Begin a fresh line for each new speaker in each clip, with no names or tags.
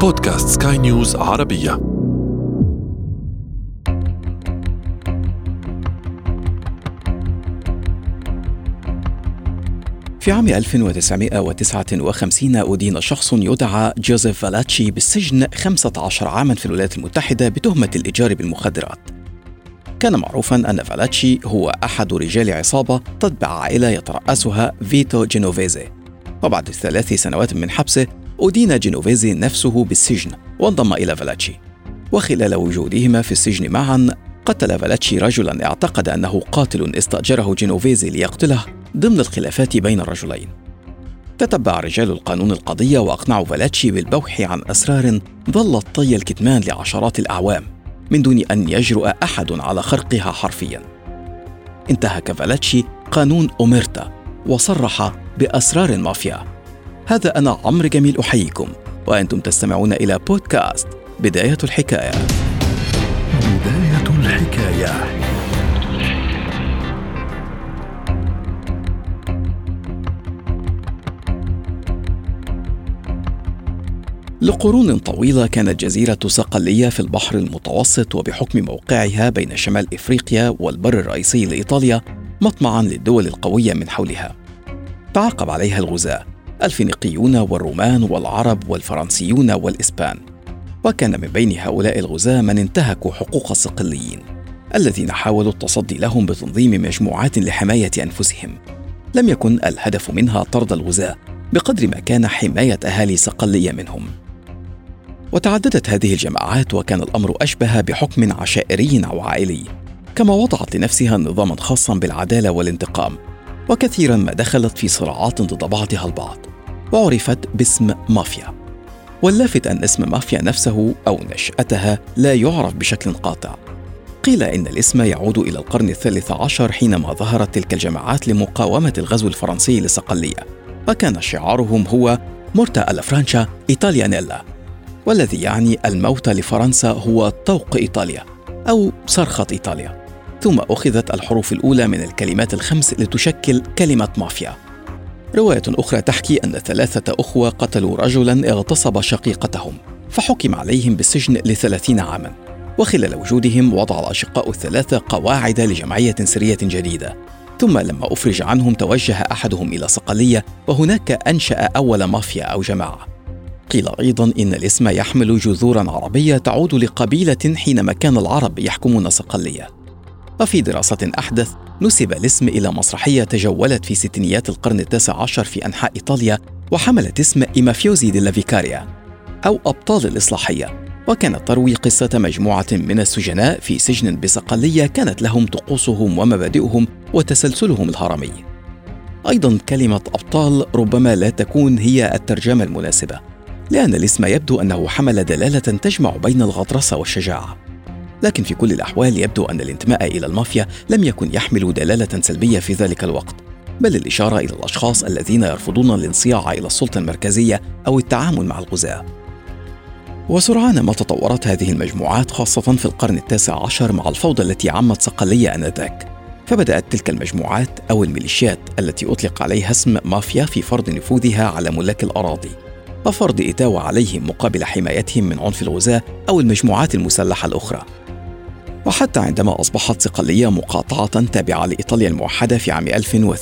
بودكاست سكاي نيوز عربية.
في عام 1959 أدين شخص يدعى جوزيف فالاتشي بالسجن 15 عاماً في الولايات المتحدة بتهمة الإتجار بالمخدرات. كان معروفاً أن فالاتشي هو أحد رجال عصابة تتبع عائلة يترأسها فيتو جينوفيزي، وبعد 3 سنوات من حبسه أدين جينوفيزي نفسه بالسجن وانضم إلى فالاتشي. وخلال وجودهما في السجن معاً قتل فالاتشي رجلاً اعتقد أنه قاتل استأجره جينوفيزي ليقتله ضمن الخلافات بين الرجلين. تتبع رجال القانون القضية وأقنعوا فالاتشي بالبوح عن أسرار ظلت طي الكتمان لعشرات الأعوام من دون أن يجرؤ أحد على خرقها حرفياً. انتهك فالاتشي قانون أوميرتا وصرح بأسرار المافيا. هذا أنا عمرو جميل أحييكم، وأنتم تستمعون إلى بودكاست بداية الحكاية.
بداية الحكاية.
لقرون طويلة كانت جزيرة صقلية في البحر المتوسط، وبحكم موقعها بين شمال إفريقيا والبر الرئيسي لإيطاليا مطمعاً للدول القوية من حولها. تعاقب عليها الغزاة الفينيقيون والرومان والعرب والفرنسيون والإسبان، وكان من بين هؤلاء الغزاة من انتهكوا حقوق الصقليين الذين حاولوا التصدي لهم بتنظيم مجموعات لحماية أنفسهم. لم يكن الهدف منها طرد الغزاة بقدر ما كان حماية أهالي صقلية منهم. وتعددت هذه الجماعات، وكان الأمر أشبه بحكم عشائري أو عائلي، كما وضعت لنفسها نظاماً خاصاً بالعدالة والانتقام، وكثيراً ما دخلت في صراعات ضد بعضها البعض، وعرفت باسم مافيا. واللافت أن اسم مافيا نفسه أو نشأتها لا يعرف بشكل قاطع. قيل إن الاسم يعود إلى القرن 13 حينما ظهرت تلك الجماعات لمقاومة الغزو الفرنسي لصقلية، وكان شعارهم هو مورتا ألا فرانشا إيطاليانيلا، والذي يعني الموت لفرنسا هو طوق إيطاليا أو صرخة إيطاليا. ثم أخذت الحروف الأولى من الكلمات ال5 لتشكل كلمة مافيا. رواية أخرى تحكي أن 3 أخوة قتلوا رجلاً اغتصب شقيقتهم، فحكم عليهم بالسجن ل30 عاماً. وخلال وجودهم وضع الأشقاء ال3 قواعد لجمعية سرية جديدة، ثم لما أفرج عنهم توجه أحدهم إلى صقلية، وهناك أنشأ أول مافيا أو جماعة. قيل أيضاً إن الاسم يحمل جذوراً عربية تعود لقبيلة حينما كان العرب يحكمون صقلية. وفي دراسة أحدث نسب الاسم إلى مسرحية تجولت في ستينيات القرن ال19 في أنحاء إيطاليا، وحملت اسم إيمافيوزي ديلا فيكاريا أو أبطال الإصلاحية، وكانت تروي قصة مجموعة من السجناء في سجن بصقلية كانت لهم طقوسهم ومبادئهم وتسلسلهم الهرمي. أيضاً كلمة أبطال ربما لا تكون هي الترجمة المناسبة، لأن الاسم يبدو أنه حمل دلالة تجمع بين الغطرسة والشجاعة. لكن في كل الأحوال يبدو أن الانتماء إلى المافيا لم يكن يحمل دلالة سلبية في ذلك الوقت، بل الإشارة إلى الأشخاص الذين يرفضون الانصياع إلى السلطة المركزية أو التعامل مع الغزاة. وسرعان ما تطورت هذه المجموعات، خاصة في القرن ال19 مع الفوضى التي عمت صقلية آنذاك. فبدأت تلك المجموعات أو الميليشيات التي أطلق عليها اسم مافيا في فرض نفوذها على ملاك الأراضي، وفرض إتاوة عليهم مقابل حمايتهم من عنف الغزاة أو المجموعات المسلحة الأخرى. وحتى عندما أصبحت صقلية مقاطعة تابعة لإيطاليا الموحدة في عام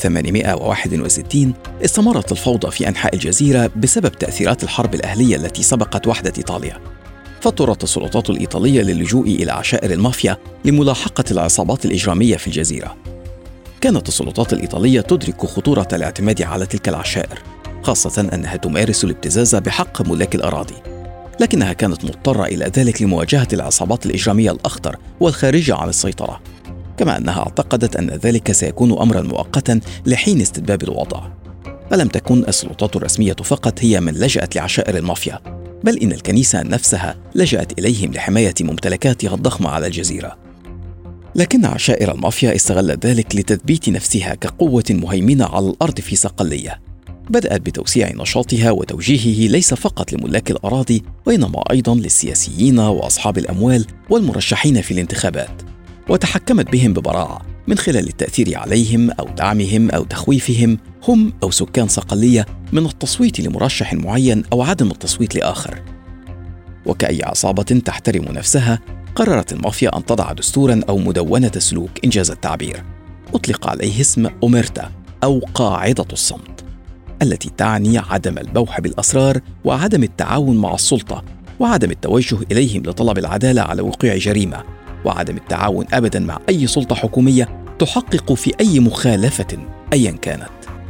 1861، استمرت الفوضى في أنحاء الجزيرة بسبب تأثيرات الحرب الأهلية التي سبقت وحدة إيطاليا. فاضطرت السلطات الإيطالية للجوء إلى عشائر المافيا لملاحقة العصابات الإجرامية في الجزيرة. كانت السلطات الإيطالية تدرك خطورة الاعتماد على تلك العشائر، خاصة أنها تمارس الابتزاز بحق ملاك الأراضي، لكنها كانت مضطرة إلى ذلك لمواجهة العصابات الإجرامية الأخطر والخارجة عن السيطرة، كما أنها اعتقدت أن ذلك سيكون أمراً مؤقتاً لحين استتباب الوضع. فلم تكن السلطات الرسمية فقط هي من لجأت لعشائر المافيا، بل إن الكنيسة نفسها لجأت إليهم لحماية ممتلكاتها الضخمة على الجزيرة. لكن عشائر المافيا استغلت ذلك لتثبيت نفسها كقوة مهيمنة على الأرض في صقلية. بدأت بتوسيع نشاطها وتوجيهه ليس فقط لملاك الأراضي، وإنما أيضاً للسياسيين وأصحاب الأموال والمرشحين في الانتخابات، وتحكمت بهم ببراعة من خلال التأثير عليهم أو دعمهم أو تخويفهم هم أو سكان صقلية من التصويت لمرشح معين أو عدم التصويت لآخر. وكأي عصابة تحترم نفسها، قررت المافيا أن تضع دستوراً أو مدونة سلوك إنجاز التعبير أطلق عليه اسم أوميرتا أو قاعدة الصمت، التي تعني عدم البوح بالأسرار وعدم التعاون مع السلطة وعدم التوجه إليهم لطلب العدالة على وقوع جريمة، وعدم التعاون أبداً مع أي سلطة حكومية تحقق في أي مخالفة أياً كانت.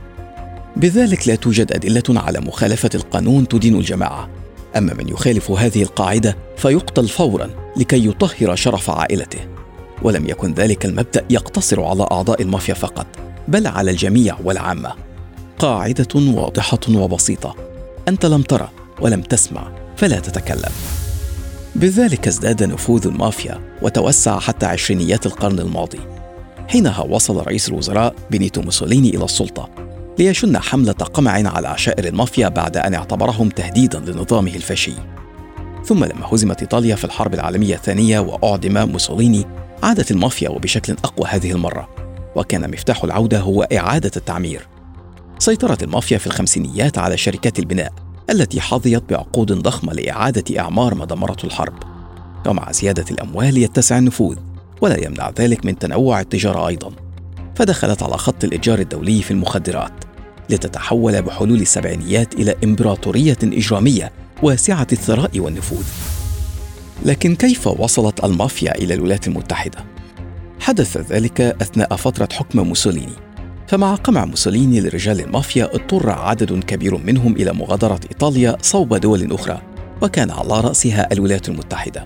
بذلك لا توجد أدلة على مخالفة القانون تدين الجماعة، أما من يخالف هذه القاعدة فيقتل فوراً لكي يطهر شرف عائلته. ولم يكن ذلك المبدأ يقتصر على أعضاء المافيا فقط، بل على الجميع والعامة. قاعدة واضحة وبسيطة: أنت لم ترى ولم تسمع فلا تتكلم. بذلك ازداد نفوذ المافيا وتوسع حتى عشرينيات القرن الماضي، حينها وصل رئيس الوزراء بينيتو موسوليني إلى السلطة ليشن حملة قمع على عشائر المافيا بعد أن اعتبرهم تهديداً لنظامه الفاشي. ثم لما هزمت إيطاليا في الحرب العالمية الثانية وأعدم موسوليني، عادت المافيا وبشكل أقوى هذه المرة، وكان مفتاح العودة هو إعادة التعمير. سيطرت المافيا في الخمسينيات على شركات البناء التي حظيت بعقود ضخمة لإعادة إعمار ما دمرته الحرب، ومع زيادة الأموال يتسع النفوذ، ولا يمنع ذلك من تنوع التجارة أيضاً. فدخلت على خط الإتجار الدولي في المخدرات، لتتحول بحلول السبعينيات إلى إمبراطورية إجرامية واسعة الثراء والنفوذ. لكن كيف وصلت المافيا إلى الولايات المتحدة؟ حدث ذلك أثناء فترة حكم موسوليني، فمع قمع موسوليني لرجال المافيا اضطر عدد كبير منهم إلى مغادرة إيطاليا صوب دول أخرى، وكان على رأسها الولايات المتحدة.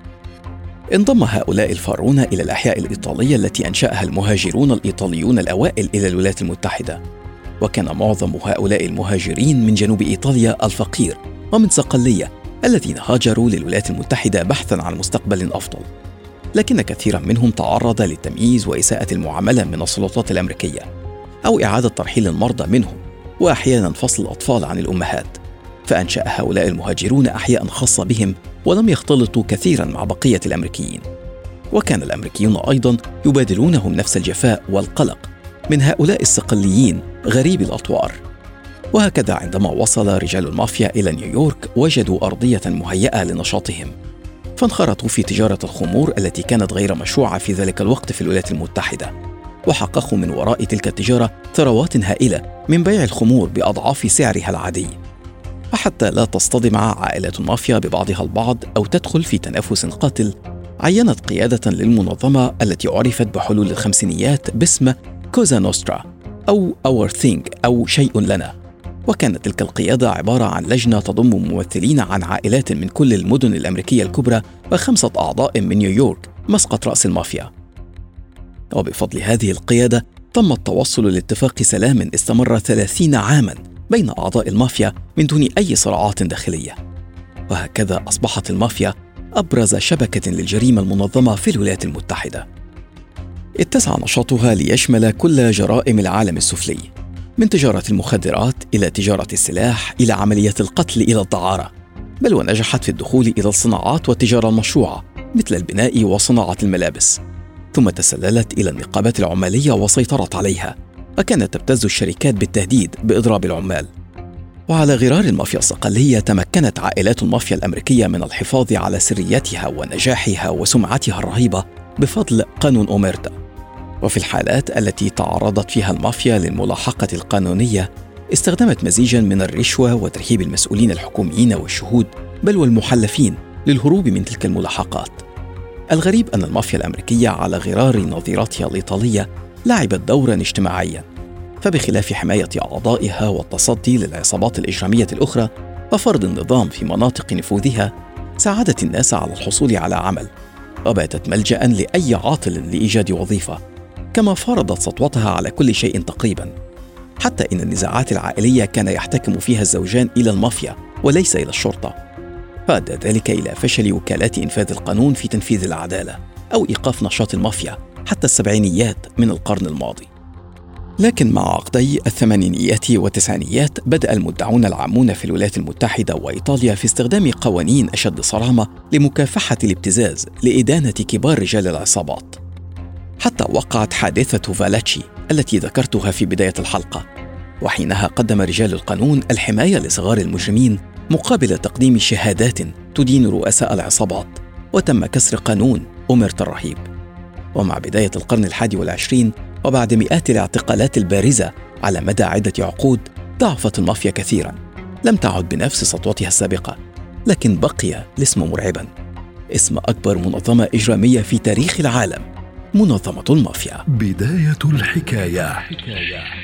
انضم هؤلاء الفارون إلى الأحياء الإيطالية التي أنشأها المهاجرون الإيطاليون الأوائل إلى الولايات المتحدة، وكان معظم هؤلاء المهاجرين من جنوب إيطاليا الفقير ومن صقلية الذين هاجروا للولايات المتحدة بحثاً عن مستقبل أفضل. لكن كثيراً منهم تعرض للتمييز وإساءة المعاملة من السلطات الأمريكية، أو إعادة ترحيل المرضى منهم، وأحياناً فصل الأطفال عن الأمهات. فأنشأ هؤلاء المهاجرون أحياء خاصة بهم ولم يختلطوا كثيراً مع بقية الأمريكيين. وكان الأمريكيون أيضاً يبادلونهم نفس الجفاء والقلق من هؤلاء الصقليين غريب الأطوار. وهكذا عندما وصل رجال المافيا إلى نيويورك وجدوا أرضية مهيئة لنشاطهم، فانخرطوا في تجارة الخمور التي كانت غير مشروعة في ذلك الوقت في الولايات المتحدة، وحققوا من وراء تلك التجارة ثروات هائلة من بيع الخمور بأضعاف سعرها العادي. وحتى لا تصطدم عائلات المافيا ببعضها البعض أو تدخل في تنافس قاتل، عينت قيادة للمنظمة التي عرفت بحلول الخمسينيات باسم كوزا نوسترا أو Our Thing أو شيء لنا. وكانت تلك القيادة عبارة عن لجنة تضم ممثلين عن عائلات من كل المدن الأمريكية الكبرى و5 أعضاء من نيويورك مسقط رأس المافيا. وبفضل هذه القيادة تم التوصل لاتفاق سلام استمر 30 عاماً بين أعضاء المافيا من دون أي صراعات داخلية. وهكذا أصبحت المافيا أبرز شبكة للجريمة المنظمة في الولايات المتحدة. اتسع نشاطها ليشمل كل جرائم العالم السفلي، من تجارة المخدرات إلى تجارة السلاح إلى عمليات القتل إلى الدعارة، بل ونجحت في الدخول إلى الصناعات والتجارة المشروعة مثل البناء وصناعة الملابس، ثم تسللت إلى النقابات العمالية وسيطرت عليها، وكانت تبتز الشركات بالتهديد بإضراب العمال. وعلى غرار المافيا الصقلية تمكنت عائلات المافيا الأمريكية من الحفاظ على سريتها ونجاحها وسمعتها الرهيبة بفضل قانون أوميرتا. وفي الحالات التي تعرضت فيها المافيا للملاحقة القانونية استخدمت مزيجاً من الرشوة وترهيب المسؤولين الحكوميين والشهود بل والمحلفين للهروب من تلك الملاحقات. الغريب أن المافيا الأمريكية على غرار نظيرتها الإيطالية لعبت دوراً اجتماعياً، فبخلاف حماية أعضائها والتصدي للعصابات الإجرامية الأخرى وفرض النظام في مناطق نفوذها، ساعدت الناس على الحصول على عمل، وباتت ملجأ لأي عاطل لإيجاد وظيفة، كما فرضت سطوتها على كل شيء تقريبا، حتى إن النزاعات العائلية كان يحتكم فيها الزوجان إلى المافيا وليس إلى الشرطة، فأدى ذلك إلى فشل وكالات إنفاذ القانون في تنفيذ العدالة أو إيقاف نشاط المافيا حتى السبعينيات من القرن الماضي. لكن مع عقدي الثمانينيات والتسعينيات بدأ المدعون العامون في الولايات المتحدة وإيطاليا في استخدام قوانين أشد صرامة لمكافحة الابتزاز لإدانة كبار رجال العصابات، حتى وقعت حادثة فالاتشي التي ذكرتها في بداية الحلقة، وحينها قدم رجال القانون الحماية لصغار المجرمين مقابل تقديم شهادات تدين رؤساء العصابات، وتم كسر قانون أمرت الرهيب. ومع بداية القرن 21 وبعد مئات الاعتقالات البارزة على مدى عدة عقود، ضعفت المافيا كثيراً. لم تعد بنفس سطوتها السابقة، لكن بقي الاسم مرعباً، اسم أكبر منظمة إجرامية في تاريخ العالم، منظمة المافيا.
بداية الحكاية.